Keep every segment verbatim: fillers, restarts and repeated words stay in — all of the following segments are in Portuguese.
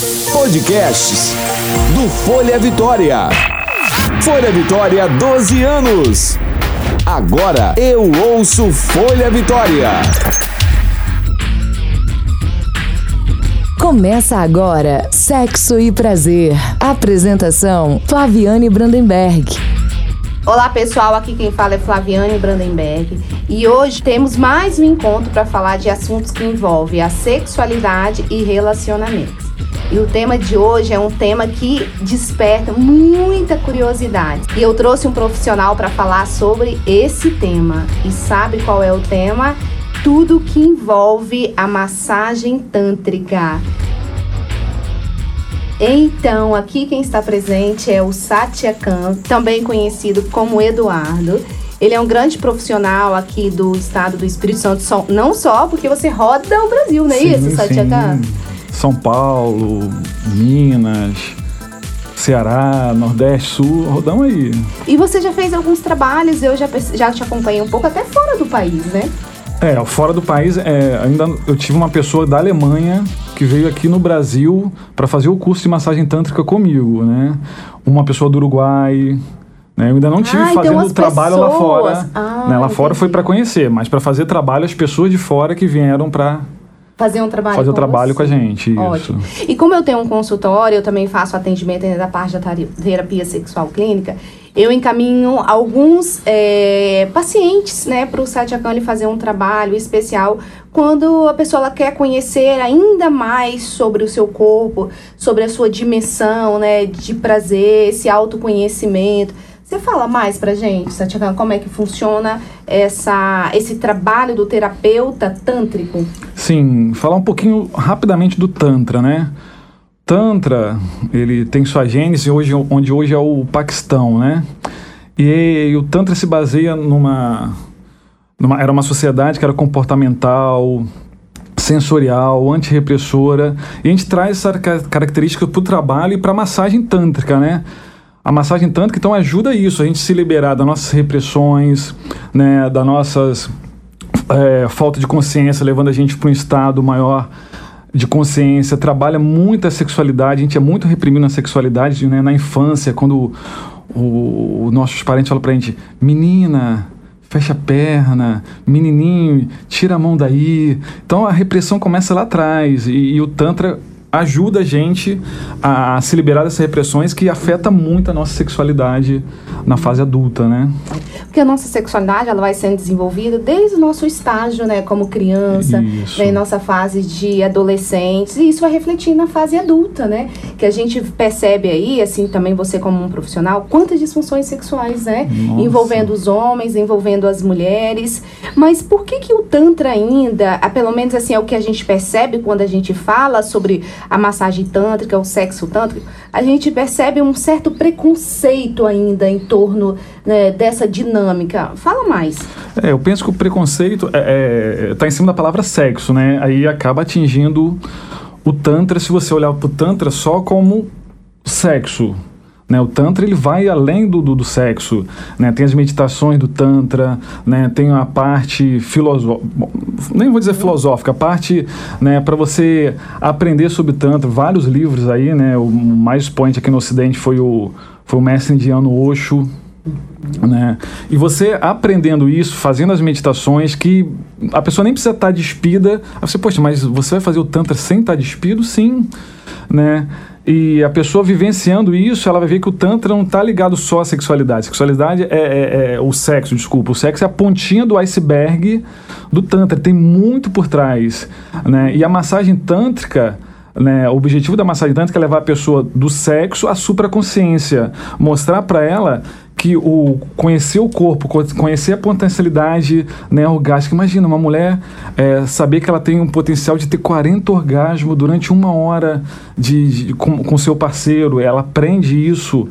Podcasts do Folha Vitória. Folha Vitória, doze anos. Agora eu ouço Folha Vitória. Começa agora Sexo e Prazer. Apresentação: Flaviane Brandenberg. Olá pessoal, aqui quem fala é Flaviane Brandenberg e hoje temos mais um encontro para falar de assuntos que envolvem a sexualidade e relacionamentos. E o tema de hoje é um tema que desperta muita curiosidade. E eu trouxe um profissional para falar sobre esse tema. E sabe qual é o tema? Tudo que envolve a massagem tântrica. Então, aqui quem está presente é o Satyakam, também conhecido como Eduardo. Ele é um grande profissional aqui do estado do Espírito Santo, não só porque você roda o Brasil, não é sim, isso, Satyakam? Sim. São Paulo, Minas, Ceará, Nordeste, Sul, rodamos aí. E você já fez alguns trabalhos, eu já, já te acompanhei um pouco até fora do país, né? É, fora do país, é, ainda eu tive uma pessoa da Alemanha que veio aqui no Brasil para fazer o curso de massagem tântrica comigo, né? Uma pessoa do Uruguai, né? Eu ainda não tive ah, fazendo então trabalho pessoas... lá fora. Ah, né? Lá entendi. Fora foi para conhecer, mas para fazer trabalho as pessoas de fora que vieram para fazer um trabalho fazer o com trabalho você. Com a gente. Ótimo. Isso. E como eu tenho um consultório, eu também faço atendimento da parte da terapia sexual clínica. Eu encaminho alguns é, pacientes, né, para o Satyakam fazer um trabalho especial quando a pessoa ela quer conhecer ainda mais sobre o seu corpo, sobre a sua dimensão, né, de prazer, esse autoconhecimento. Você fala mais pra gente, Satyakam, como é que funciona essa, esse trabalho do terapeuta tântrico? Sim, falar um pouquinho rapidamente do Tantra, né? Tantra, ele tem sua gênese hoje, onde hoje é o Paquistão, né? E, e o Tantra se baseia numa, numa... Era uma sociedade que era comportamental, sensorial, antirrepressora. E a gente traz essa característica para o trabalho e para a massagem tântrica, né? A massagem tântrica, então, ajuda isso, a gente se liberar das nossas repressões, né? Das nossas é, falta de consciência, levando a gente para um estado maior de consciência, trabalha muito a sexualidade, a gente é muito reprimido na sexualidade, né? Na infância, quando os nossos parentes falam pra gente, menina, fecha a perna, menininho, tira a mão daí. Então a repressão começa lá atrás e, e o Tantra ajuda a gente a, a se liberar dessas repressões que afeta muito a nossa sexualidade na fase adulta, né? Porque a nossa sexualidade, ela vai sendo desenvolvida desde o nosso estágio, né? Como criança, né, em nossa fase de adolescentes, e isso vai refletir na fase adulta, né? Que a gente percebe aí, assim, também você como um profissional, quantas disfunções sexuais, né? Nossa. Envolvendo os homens, envolvendo as mulheres. Mas por que que o Tantra ainda, pelo menos assim, é o que a gente percebe quando a gente fala sobre a massagem tântrica, o sexo tântrico, a gente percebe um certo preconceito ainda em torno, né, dessa dinâmica. Fala mais. É, eu penso que o preconceito está é, é, tá em cima da palavra sexo, né? Aí acaba atingindo o Tantra, se você olhar para o Tantra só como sexo. Né, o Tantra ele vai além do, do, do sexo, né, tem as meditações do Tantra, né, tem a parte filosófica, nem vou dizer filosófica, a parte, né, para você aprender sobre Tantra, vários livros aí, né, o mais expoente aqui no Ocidente foi o, foi o mestre indiano Osho, né, e você aprendendo isso, fazendo as meditações, que a pessoa nem precisa estar despida, aí você, poxa, mas você vai fazer o Tantra sem estar despido? Sim, né. E a pessoa vivenciando isso, ela vai ver que o Tantra não está ligado só à sexualidade. Sexualidade é, é, é o sexo, desculpa. O sexo é a pontinha do iceberg do Tantra. Tem muito por trás, né? E a massagem tântrica, né, o objetivo da massagem tântrica é levar a pessoa do sexo à supraconsciência. Mostrar para ela que o conhecer o corpo, conhecer a potencialidade, né, orgástica. Imagina uma mulher é, saber que ela tem um potencial de ter quarenta orgasmos durante uma hora de, de, com, com seu parceiro. Ela aprende isso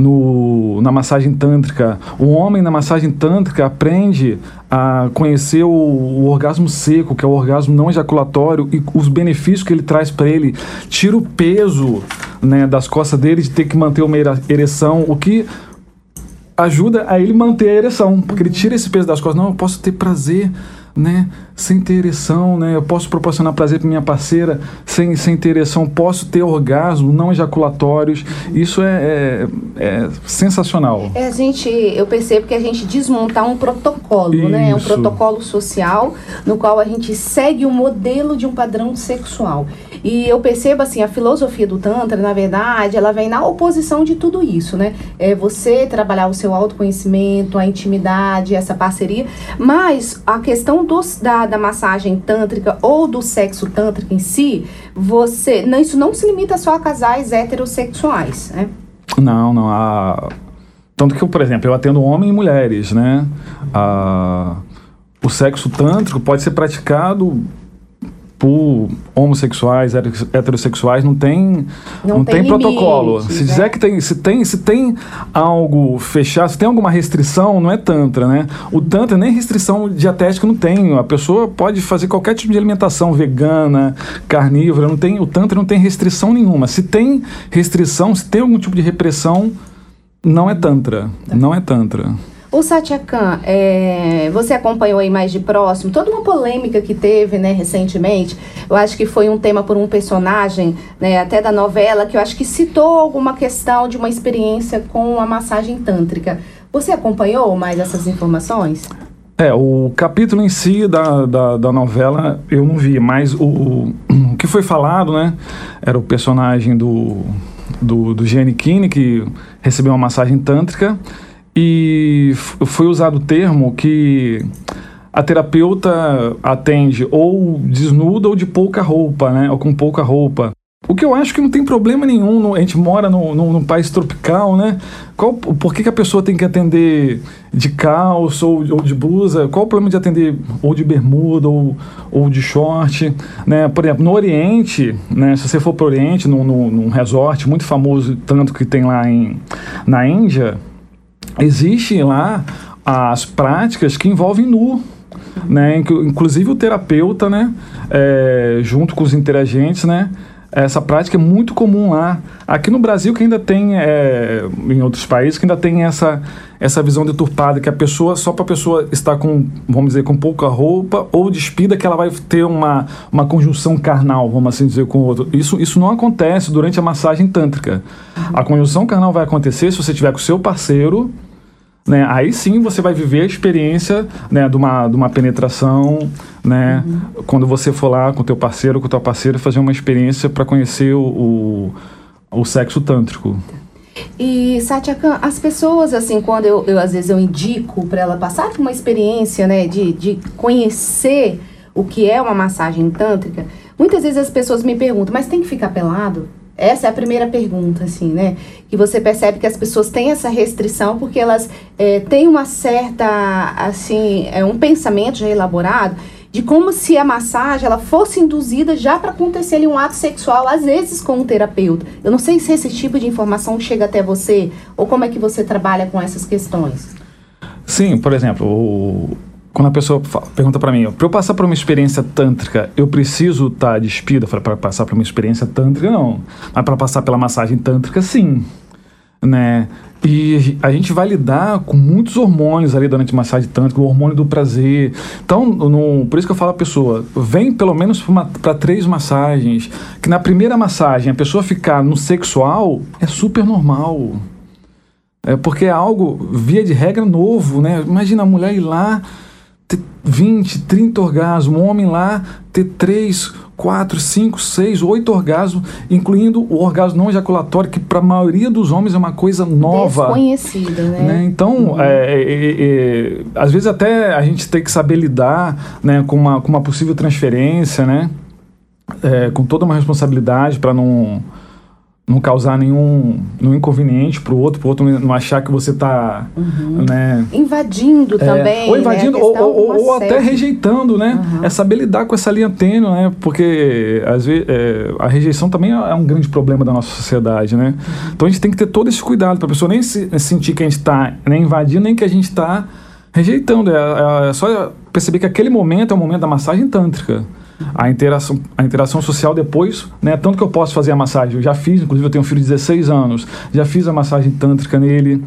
no, na massagem tântrica. O homem na massagem tântrica aprende a conhecer o, o orgasmo seco, que é o orgasmo não ejaculatório, e os benefícios que ele traz para ele. Tira o peso, né, das costas dele de ter que manter uma ereção, o que ajuda a ele manter a ereção, porque ele tira esse peso das costas. Não, eu posso ter prazer né, sem ter ereção, né, eu posso proporcionar prazer para minha parceira sem, sem ter ereção, posso ter orgasmo não ejaculatórios, isso é, é, é sensacional. É, a gente, eu percebo que a gente desmontar um protocolo, isso. né, um protocolo social no qual a gente segue o modelo de um padrão sexual. E eu percebo, assim, a filosofia do Tantra, na verdade, ela vem na oposição de tudo isso, né, é você trabalhar o seu autoconhecimento, a intimidade, essa parceria, mas a questão Dos, da, da massagem tântrica ou do sexo tântrico em si, você, não, isso não se limita só a casais heterossexuais, né? Não, não. A... Tanto que, por exemplo, eu atendo homens e mulheres, né? A... O sexo tântrico pode ser praticado por homossexuais, heterossexuais, não tem, não, não tem, tem protocolo. Se dizer né? que tem, se tem, se tem algo fechado, se tem alguma restrição, não é tantra, né? O tantra nem restrição dietética não tem. A pessoa pode fazer qualquer tipo de alimentação vegana, carnívora, não tem, o tantra não tem restrição nenhuma. Se tem restrição, se tem algum tipo de repressão, não é tantra, tá. não é tantra. O Satyakan, é, você acompanhou aí mais de próximo toda uma polêmica que teve, né, recentemente. Eu acho que foi um tema por um personagem, né, até da novela, que eu acho que citou alguma questão de uma experiência com a massagem tântrica. Você acompanhou mais essas informações? É, o capítulo em si da, da, da novela eu não vi, mas o, o, o que foi falado, né, era o personagem do, do, do Giannichini, que recebeu uma massagem tântrica. E foi usado o termo que a terapeuta atende ou desnuda ou de pouca roupa, né? Ou com pouca roupa. O que eu acho que não tem problema nenhum. No, a gente mora no, no, num país tropical, né? Qual, por que, que a pessoa tem que atender de calça ou, ou de blusa? Qual o problema de atender ou de bermuda ou, ou de short? Né? Por exemplo, no Oriente, né? Se você for para o Oriente, num, num, num resort muito famoso, tanto que tem lá em, na Índia, existem lá as práticas que envolvem nu, né? Inclusive o terapeuta, né? É, junto com os interagentes, né? Essa prática é muito comum lá. Aqui no Brasil que ainda tem, é, em outros países, que ainda tem essa, essa visão deturpada, que a pessoa, só para a pessoa estar com, vamos dizer, com pouca roupa ou despida, que ela vai ter uma, uma conjunção carnal, vamos assim dizer, com o outro. Isso, isso não acontece durante a massagem tântrica. A conjunção carnal vai acontecer se você tiver com o seu parceiro, né, aí sim você vai viver a experiência, né, de, uma, de uma penetração, né, uhum. quando você for lá com o teu parceiro, com a tua parceira, fazer uma experiência para conhecer o, o, o sexo tântrico. E, Satyakan, as pessoas, assim, quando eu, eu às vezes eu indico para ela passar por uma experiência, né, de, de conhecer o que é uma massagem tântrica, muitas vezes as pessoas me perguntam, mas tem que ficar pelado? Essa é a primeira pergunta, assim, né? Que você percebe que as pessoas têm essa restrição porque elas é, têm uma certa, assim, é, um pensamento já elaborado de como se a massagem ela fosse induzida já para acontecer ali um ato sexual, às vezes com um terapeuta. Eu não sei se esse tipo de informação chega até você ou como é que você trabalha com essas questões. Sim, por exemplo, o... quando a pessoa fala, pergunta para mim, para eu passar por uma experiência tântrica, eu preciso estar tá despida para passar por uma experiência tântrica? Não. Mas para passar pela massagem tântrica, sim. Né? E a gente vai lidar com muitos hormônios ali durante a massagem tântrica, o hormônio do prazer. Então, no, por isso que eu falo à pessoa, vem pelo menos para três massagens, que na primeira massagem a pessoa ficar no sexual é super normal. É porque é algo, via de regra, novo, né? Imagina a mulher ir lá, ter vinte, trinta orgasmos, um homem lá ter três, quatro, cinco, seis, oito orgasmos, incluindo o orgasmo não ejaculatório, que para a maioria dos homens é uma coisa nova. Desconhecida, né? né? Então, uhum. é, é, é, às vezes até a gente tem que saber lidar, né, com, uma, com uma possível transferência, né? É, com toda uma responsabilidade para não... não causar nenhum, nenhum inconveniente para o outro, para o outro não achar que você está... Uhum. Né, invadindo é, também, ou invadindo, né, ou, ou, ou até rejeitando, né? Uhum. É saber lidar com essa linha tênue, né? Porque às vezes, é, a rejeição também é um grande problema da nossa sociedade, né? Uhum. Então a gente tem que ter todo esse cuidado para a pessoa nem se, sentir que a gente está nem invadindo, nem que a gente está rejeitando. É, é só perceber que aquele momento é o momento da massagem tântrica. A interação, a interação social depois, né? Tanto que eu posso fazer a massagem, eu já fiz, inclusive eu tenho um filho de dezesseis anos, já fiz a massagem tântrica nele,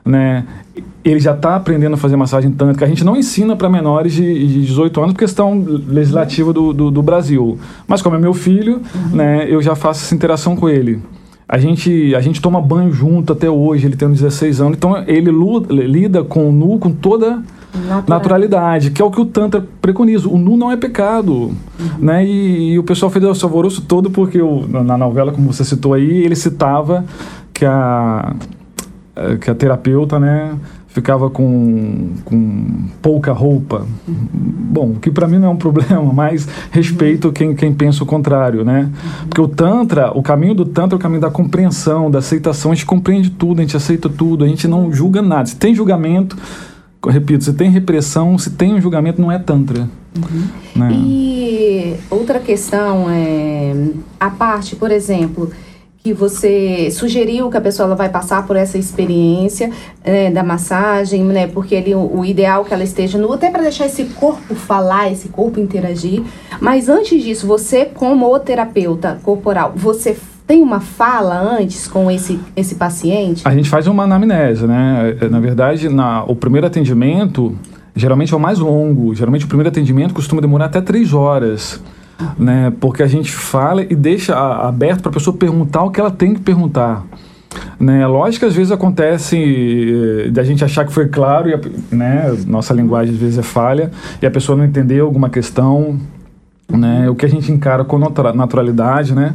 né? Ele já está aprendendo a fazer massagem tântrica. A gente não ensina para menores de, de dezoito anos por questão legislativa do, do, do Brasil. Mas como é meu filho, uhum. né, eu já faço essa interação com ele. A gente, a gente toma banho junto até hoje, ele tem dezesseis anos. Então ele luta, lida com o nu com toda Natural. naturalidade, que é o que o Tantra preconiza. O nu não é pecado. Uhum. Né? E, e o pessoal fez esse alvoroço todo porque eu, na novela, como você citou aí, ele citava que a... que a terapeuta, né, ficava com, com pouca roupa. Uhum. Bom, que para mim não é um problema, mas respeito uhum. quem, quem pensa o contrário, né? Uhum. Porque o Tantra, o caminho do Tantra é o caminho da compreensão, da aceitação. A gente compreende tudo, a gente aceita tudo, a gente não julga nada. Se tem julgamento, repito, se tem repressão, se tem um julgamento, não é Tantra. Uhum. Né? E outra questão é a parte, por exemplo, que você sugeriu que a pessoa ela vai passar por essa experiência né, da massagem, né, porque ele, o, o ideal é que ela esteja nua, até para deixar esse corpo falar, esse corpo interagir. Mas antes disso, você como o terapeuta corporal, você tem uma fala antes com esse, esse paciente? A gente faz uma anamnese, né? Na verdade, na, o primeiro atendimento geralmente é o mais longo. Geralmente o primeiro atendimento costuma demorar até três horas. Né, porque a gente fala e deixa a, aberto para a pessoa perguntar o que ela tem que perguntar. Né, lógico que às vezes acontece eh, da gente achar que foi claro, e a, né, nossa linguagem às vezes é falha, e a pessoa não entendeu alguma questão, né, o que a gente encara com naturalidade, né,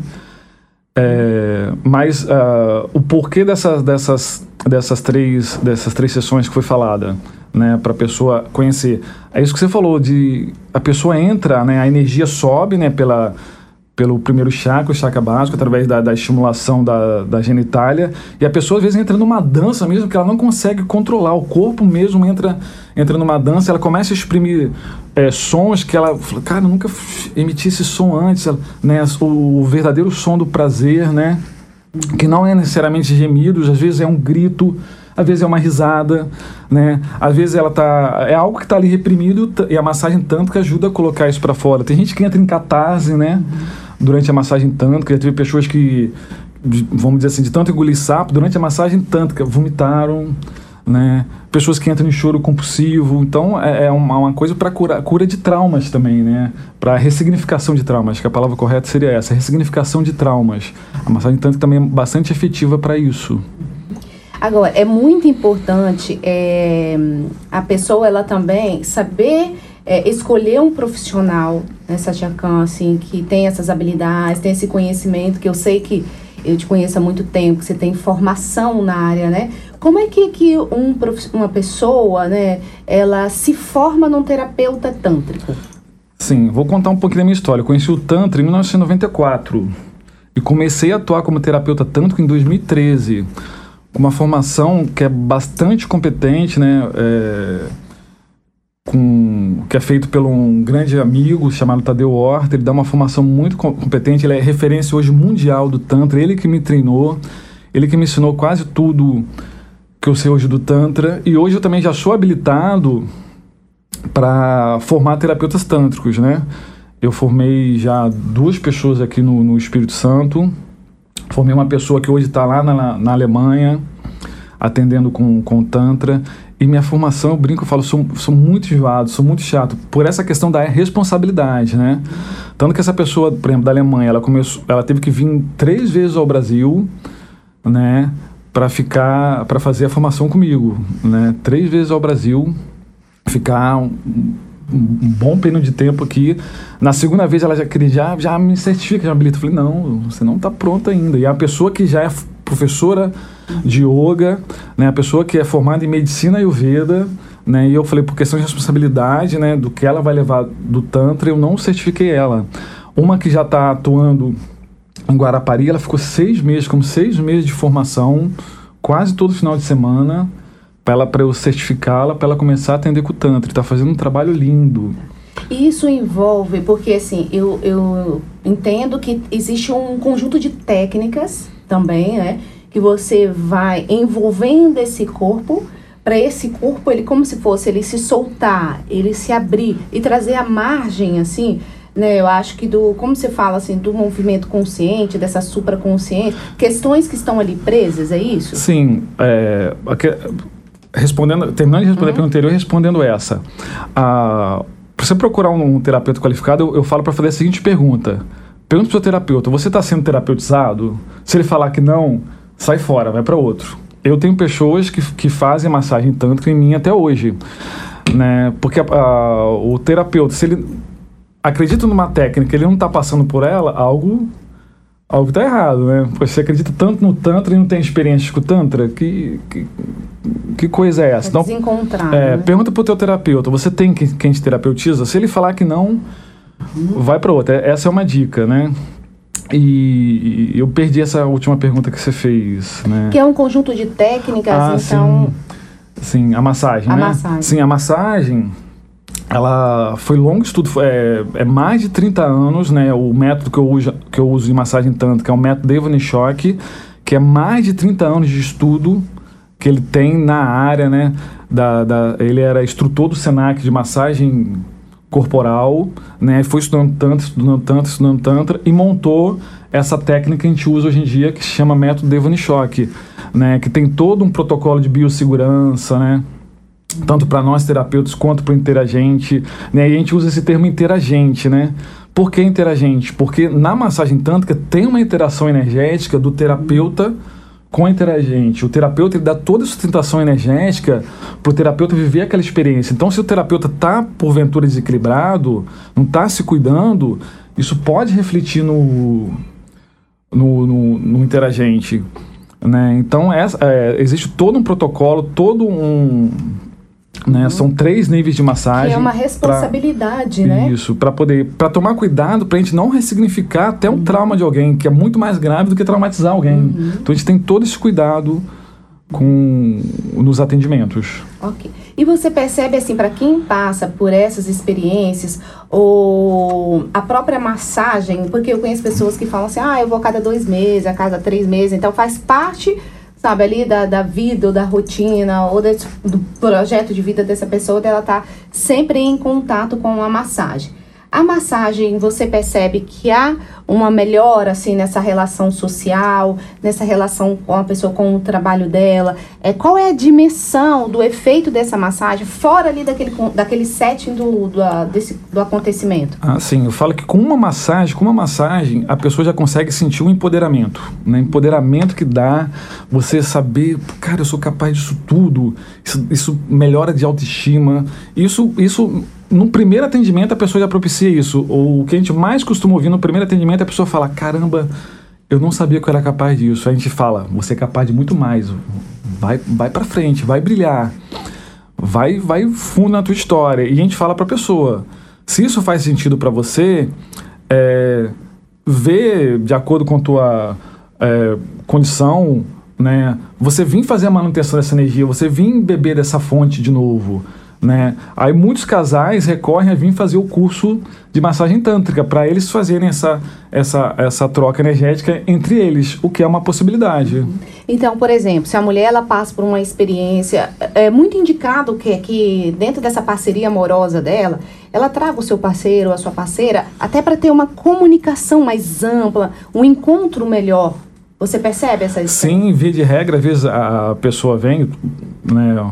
é, mas uh, o porquê dessas, dessas, dessas, três, dessas três sessões que foi falada, né, para a pessoa conhecer. É isso que você falou, de a pessoa entra, né, a energia sobe, né, pela, pelo primeiro chakra, o chakra básico, através da, da estimulação da, da genitália, e a pessoa às vezes entra numa dança mesmo, que ela não consegue controlar, o corpo mesmo entra, entra numa dança, ela começa a exprimir é, sons que ela fala, cara, eu nunca emiti esse som antes, ela, né, o, o verdadeiro som do prazer, né, que não é necessariamente gemidos, às vezes é um grito, às vezes é uma risada, né? Às vezes ela tá, é algo que está ali reprimido e a massagem tântrica ajuda a colocar isso para fora. Tem gente que entra em catarse, né? Durante a massagem tântrica, já teve pessoas que, vamos dizer assim, de tanto engolir sapo, durante a massagem tântrica, vomitaram, né? Pessoas que entram em choro compulsivo. Então, é, é uma, uma coisa para cura, cura de traumas também, né? Para ressignificação de traumas, que a palavra correta seria essa, ressignificação de traumas. A massagem tântrica também é bastante efetiva para isso. Agora, é muito importante é, a pessoa, ela também saber é, escolher um profissional, né, Satya Khan, assim, que tem essas habilidades, tem esse conhecimento, que eu sei que eu te conheço há muito tempo, que você tem formação na área, né? Como é que, que um, uma pessoa, né, ela se forma num terapeuta tântrico? Sim, vou contar um pouquinho da minha história. Eu conheci o Tantra em mil novecentos e noventa e quatro e comecei a atuar como terapeuta tântrico em dois mil e treze. Uma formação que é bastante competente, né, é, com, que é feito por um grande amigo chamado Tadeu Horta. Ele dá uma formação muito competente, ele é referência hoje mundial do Tantra, ele que me treinou, ele que me ensinou quase tudo que eu sei hoje do Tantra, e hoje eu também já sou habilitado para formar terapeutas tântricos, né. Eu formei já duas pessoas aqui no, no Espírito Santo. Formei uma pessoa que hoje está lá na, na Alemanha, atendendo com, com Tantra. E minha formação, eu brinco, eu falo, sou, sou muito enjoado, sou muito chato, por essa questão da responsabilidade, né? Tanto que essa pessoa, por exemplo, da Alemanha, ela, começou, ela teve que vir três vezes ao Brasil, né? Para ficar, para fazer a formação comigo, né? Três vezes ao Brasil, ficar um, um bom período de tempo aqui. Na segunda vez ela já queria, já, já me certifica, já me habilita. Eu falei, não, você não está pronta ainda. E a pessoa que já é professora de yoga, né, a pessoa que é formada em medicina Ayurveda, né, e eu falei, por questão de responsabilidade, né, do que ela vai levar do Tantra, eu não certifiquei ela. Uma que já está atuando em Guarapari, ela ficou seis meses, como seis meses de formação, quase todo final de semana, para eu certificá-la, para ela começar a atender com o Tantra. Está fazendo um trabalho lindo. Isso envolve, porque assim, eu, eu entendo que existe um conjunto de técnicas também, né, que você vai envolvendo esse corpo, para esse corpo, ele como se fosse, ele se soltar, ele se abrir e trazer a margem, assim, né, eu acho que do, como você fala, assim, do movimento consciente, dessa supraconsciência, questões que estão ali presas, é isso? Sim, é, respondendo, terminando de responder uhum. a pergunta anterior, respondendo essa. Ah, para você procurar um, um terapeuta qualificado, eu, eu falo para fazer a seguinte pergunta. Pergunta para o seu terapeuta, você está sendo terapeutizado? Se ele falar que não, sai fora, vai para outro. Eu tenho pessoas que, que fazem massagem tântrica em mim até hoje. Né? Porque a, a, o terapeuta, se ele acredita numa técnica, ele não está passando por ela, algo... Algo está errado, né? Você acredita tanto no Tantra e não tem experiência com o Tantra? Que, que, que coisa é essa? É desencontrar, é, né? Pergunta para o teu terapeuta, você tem quem, quem te terapeutiza? Se ele falar que não, uhum. vai para outra. Essa é uma dica, né? E, e eu perdi essa última pergunta que você fez, né? Que é um conjunto de técnicas, ah, então... Sim, sim, a massagem, a né? massagem. Sim, a massagem... Ela foi longo estudo, é, é mais de trinta anos, né? O método que eu uso, que eu uso em massagem tântrica é o método Devonichock, que é mais de trinta anos de estudo que ele tem na área, né? Da, da, ele era instrutor do Senac de massagem corporal, né? Foi estudando tantra, estudando tantra, estudando tantra e montou essa técnica que a gente usa hoje em dia, que se chama método Devonichock, né? Que tem todo um protocolo de biossegurança, né? Tanto para nós terapeutas quanto para o interagente, né? E a gente usa esse termo interagente, né? Por que interagente? Porque na massagem tântrica tem uma interação energética do terapeuta com o interagente. O terapeuta ele dá toda a sustentação energética para o terapeuta viver aquela experiência. Então, se o terapeuta está, porventura, desequilibrado, não está se cuidando, isso pode refletir no, no, no, no interagente, né? Então, essa, é, existe todo um protocolo, todo um... Né? Uhum. São três níveis de massagem. Que é uma responsabilidade, pra, né? Isso, para poder, para tomar cuidado, para a gente não ressignificar até um uhum. trauma de alguém, que é muito mais grave do que traumatizar alguém. Uhum. Então a gente tem todo esse cuidado com, nos atendimentos. Ok. E você percebe, assim, para quem passa por essas experiências, ou a própria massagem, porque eu conheço pessoas que falam assim, ah, eu vou a cada dois meses, a cada três meses, então faz parte... sabe, ali da, da vida ou da rotina ou desse, do projeto de vida dessa pessoa, dela tá sempre em contato com a massagem. A massagem, você percebe que há uma melhora, assim, nessa relação social, nessa relação com a pessoa, com o trabalho dela? É, qual é a dimensão do efeito dessa massagem fora ali daquele, daquele setting do, do, desse, do acontecimento? Ah, sim. Eu falo que com uma massagem, com uma massagem, a pessoa já consegue sentir um empoderamento, né? Empoderamento que dá você saber, cara, eu sou capaz disso tudo. Isso, isso melhora de autoestima. Isso... isso no primeiro atendimento a pessoa já propicia isso. O que a gente mais costuma ouvir no primeiro atendimento é a pessoa falar, caramba, eu não sabia que eu era capaz disso. A gente fala, você é capaz de muito mais. Vai, vai pra frente, vai brilhar. Vai, vai fundo na tua história. E a gente fala pra pessoa, se isso faz sentido pra você, é, vê de acordo com a tua é, condição, né? Você vir fazer a manutenção dessa energia, você vir beber dessa fonte de novo, né? Aí muitos casais recorrem a vir fazer o curso de massagem tântrica para eles fazerem essa, essa, essa troca energética entre eles, o que é uma possibilidade. Então, por exemplo, se a mulher ela passa por uma experiência, é muito indicado que, que dentro dessa parceria amorosa dela, ela traga o seu parceiro ou a sua parceira até para ter uma comunicação mais ampla, um encontro melhor. Você percebe essa experiência? Sim, via de regra, às vezes a pessoa vem, né,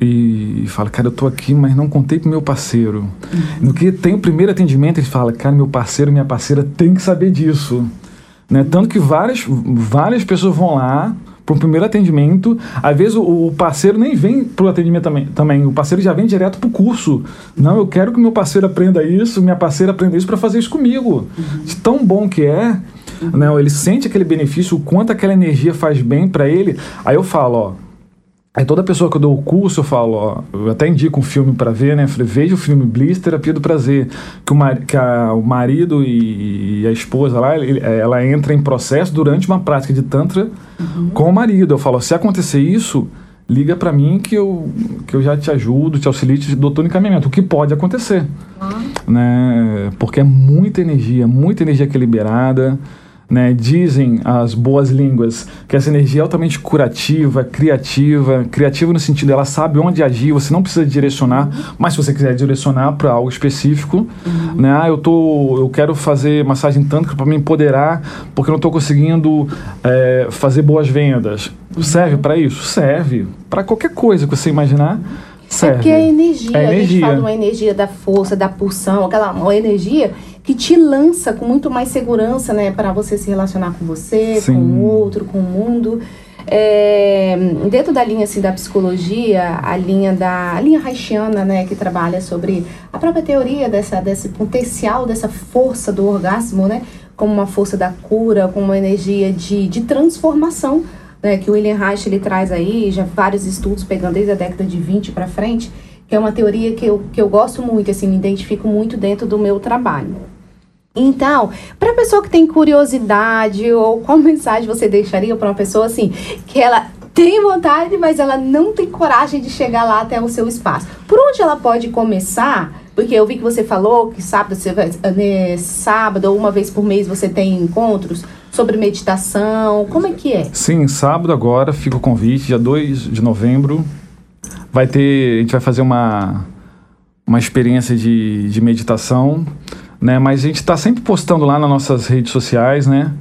e fala, cara, eu tô aqui, mas não contei pro meu parceiro. Uhum. No que tem o primeiro atendimento, ele fala, cara, meu parceiro, minha parceira tem que saber disso. Né? Tanto que várias, várias pessoas vão lá para o primeiro atendimento, às vezes o, o parceiro nem vem pro atendimento também, também, o parceiro já vem direto pro curso. Não, eu quero que meu parceiro aprenda isso, minha parceira aprenda isso para fazer isso comigo. Uhum. De tão bom que é, uhum. né? Ele sente aquele benefício, o quanto aquela energia faz bem para ele. Aí eu falo, ó, aí toda pessoa que eu dou o curso, eu falo, ó, eu até indico um filme para ver, né? Eu falei, veja o filme Bliss, Terapia do Prazer, que o, mar, que a, o marido e, e a esposa lá, ele, ela entra em processo durante uma prática de tantra uhum. com o marido. Eu falo, se acontecer isso, liga para mim que eu, que eu já te ajudo, te auxilio, te dou todo o encaminhamento, o que pode acontecer, uhum. né? Porque é muita energia, muita energia que é liberada, né, dizem as boas línguas que essa energia é altamente curativa, criativa, criativa no sentido, ela sabe onde agir, você não precisa direcionar, mas se você quiser direcionar para algo específico, uhum. né, ah, eu, tô, eu quero fazer massagem tântrica para me empoderar, porque eu não estou conseguindo é, fazer boas vendas. Uhum. Serve para isso? Serve. Para qualquer coisa que você imaginar, serve. É porque é energia, é a energia. gente fala de uma energia da força, da pulsão, aquela uma energia que te lança com muito mais segurança, né, para você se relacionar com você, Sim. com o outro, com o mundo. É, dentro da linha assim, da psicologia, a linha da a linha haitiana, né, que trabalha sobre a própria teoria dessa, desse potencial, dessa força do orgasmo, né, como uma força da cura, como uma energia de, de transformação, né, que o William Reich ele traz aí, já vários estudos pegando desde a década de vinte para frente, que é uma teoria que eu, que eu gosto muito, assim, me identifico muito dentro do meu trabalho. Então, para a pessoa que tem curiosidade, ou qual mensagem você deixaria para uma pessoa assim, que ela tem vontade, mas ela não tem coragem de chegar lá até o seu espaço? Por onde ela pode começar? Porque eu vi que você falou que sábado, você vai, né, sábado ou uma vez por mês você tem encontros sobre meditação. Como é que é? Sim, sábado agora fica o convite, dia dois de novembro. Vai ter, a gente vai fazer uma, uma experiência de, de meditação, né? Mas a gente está sempre postando lá nas nossas redes sociais, né?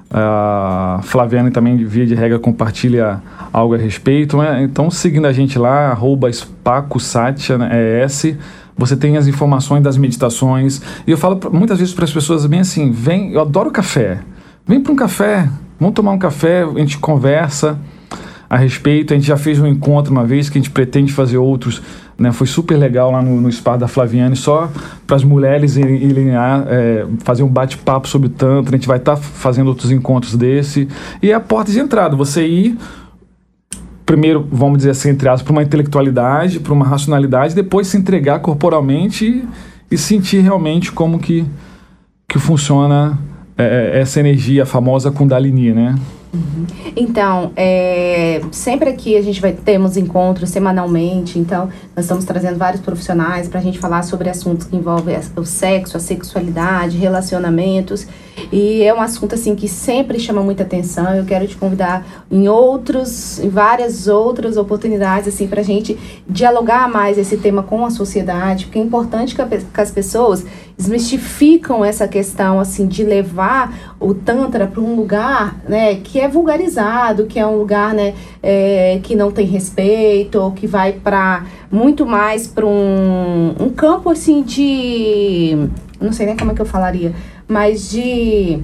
A Flaviane também, via de regra, compartilha algo a respeito, né? Então, seguindo a gente lá, arroba Spaco-Satya, né? É S, você tem as informações das meditações. E eu falo pra, muitas vezes para as pessoas bem assim, vem, eu adoro café, vem para um café, vamos tomar um café, a gente conversa a respeito. A gente já fez um encontro uma vez, que a gente pretende fazer outros, né? Foi super legal lá no, no espaço da Flaviane, só para as mulheres irem, irem é, fazer um bate-papo sobre o Tantra. A gente vai estar tá fazendo outros encontros desse. E é a porta de entrada, você ir, primeiro, vamos dizer assim, entre aspas, para uma intelectualidade, para uma racionalidade, depois se entregar corporalmente e, e sentir realmente como que, que funciona é, essa energia, a famosa Kundalini, né? Uhum. Então, é, sempre aqui a gente vai temos encontros semanalmente, então nós estamos trazendo vários profissionais para a gente falar sobre assuntos que envolvem o sexo, a sexualidade, relacionamentos, e é um assunto assim que sempre chama muita atenção. Eu quero te convidar em outros, em várias outras oportunidades assim para a gente dialogar mais esse tema com a sociedade, porque é importante que, a, que as pessoas desmistificam essa questão assim de levar o Tantra para um lugar, né, que é vulgarizado, que é um lugar, né, é, que não tem respeito, ou que vai para muito mais para um, um campo assim de, não sei nem como é que eu falaria, mas de...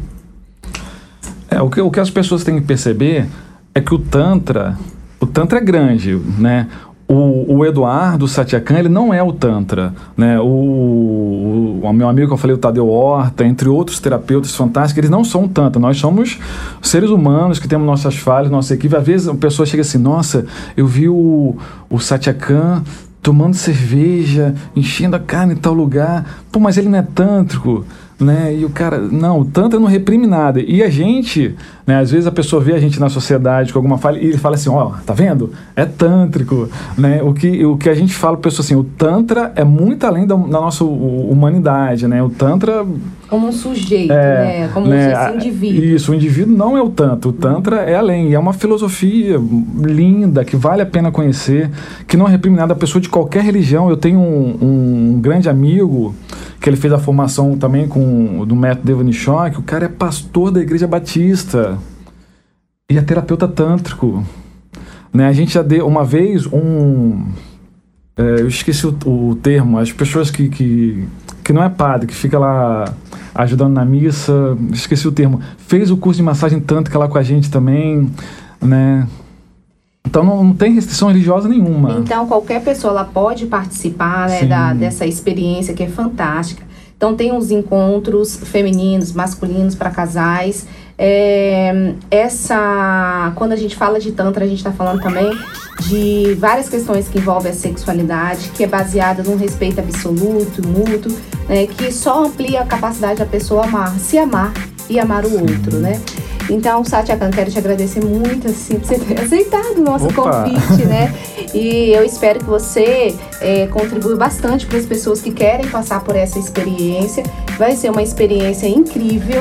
É, o que, o que as pessoas têm que perceber é que o Tantra, o Tantra é grande, né? O, o Eduardo Satyakan, ele não é o Tantra, né? O, o, o meu amigo que eu falei, o Tadeu Horta, entre outros terapeutas fantásticos, eles não são o Tantra. Nós somos seres humanos que temos nossas falhas, nossa equipe. Às vezes a pessoa chega assim, nossa, eu vi o, o Satyakan tomando cerveja, enchendo a carne em tal lugar. Pô, mas ele não é tântrico, né? E o cara, não, o Tantra não reprime nada. E a gente, né, às vezes a pessoa vê a gente na sociedade com alguma falha e ele fala assim, ó, oh, tá vendo? É tântrico, né? O que, o que a gente fala para a pessoa assim, o Tantra é muito além da, da nossa humanidade, né? O Tantra... Como um sujeito, é, né? Como né? esse indivíduo. Isso, o indivíduo não é o Tantra. O Tantra é além. E é uma filosofia linda, que vale a pena conhecer, que não reprime nada. A pessoa de qualquer religião. Eu tenho um, um grande amigo que ele fez a formação também com, do método Devanishon, que o cara é pastor da Igreja Batista e é terapeuta tântrico, né? A gente já deu uma vez um... É, eu esqueci o, o termo, as pessoas que, que, que não é padre, que fica lá ajudando na missa, esqueci o termo, fez o curso de massagem tântrica lá com a gente também, né? Então não, não tem restrição religiosa nenhuma. Então qualquer pessoa ela pode participar, né, da, dessa experiência que é fantástica. Então tem uns encontros femininos, masculinos para casais. É, essa, quando a gente fala de Tantra, a gente está falando também de várias questões que envolvem a sexualidade, que é baseada num respeito absoluto, mútuo, né, que só amplia a capacidade da pessoa amar, se amar e amar o outro, né? Então, Satyakan, quero te agradecer muito assim, por você ter aceitado o nosso Opa. convite, né? E eu espero que você é, contribua bastante para as pessoas que querem passar por essa experiência. Vai ser uma experiência incrível,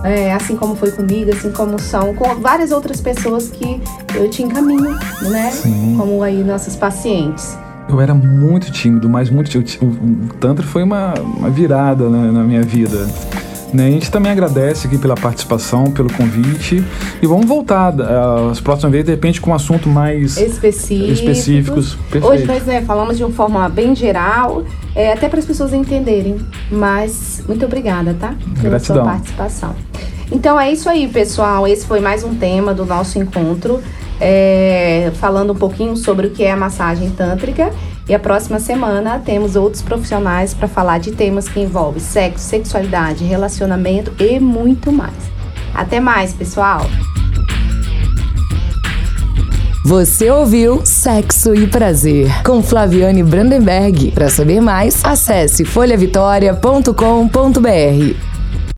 é, assim como foi comigo, assim como são com várias outras pessoas que eu te encaminho, né? Sim. Como aí nossos pacientes. Eu era muito tímido, mas muito tímido. O, o Tantra foi uma, uma virada, né, na minha vida. Né? A gente também agradece aqui pela participação, pelo convite. E vamos voltar uh, as próximas vezes, de repente, com um assunto mais específicos. específicos. Hoje nós né, falamos de uma forma bem geral, é, até para as pessoas entenderem. Mas muito obrigada, tá? Pela Gratidão. sua participação. Então é isso aí, pessoal. Esse foi mais um tema do nosso encontro. É, falando um pouquinho sobre o que é a massagem tântrica. E a próxima semana temos outros profissionais para falar de temas que envolvem sexo, sexualidade, relacionamento e muito mais. Até mais, pessoal! Você ouviu Sexo e Prazer com Flaviane Brandenberg. Para saber mais, acesse folha vitória ponto com ponto br.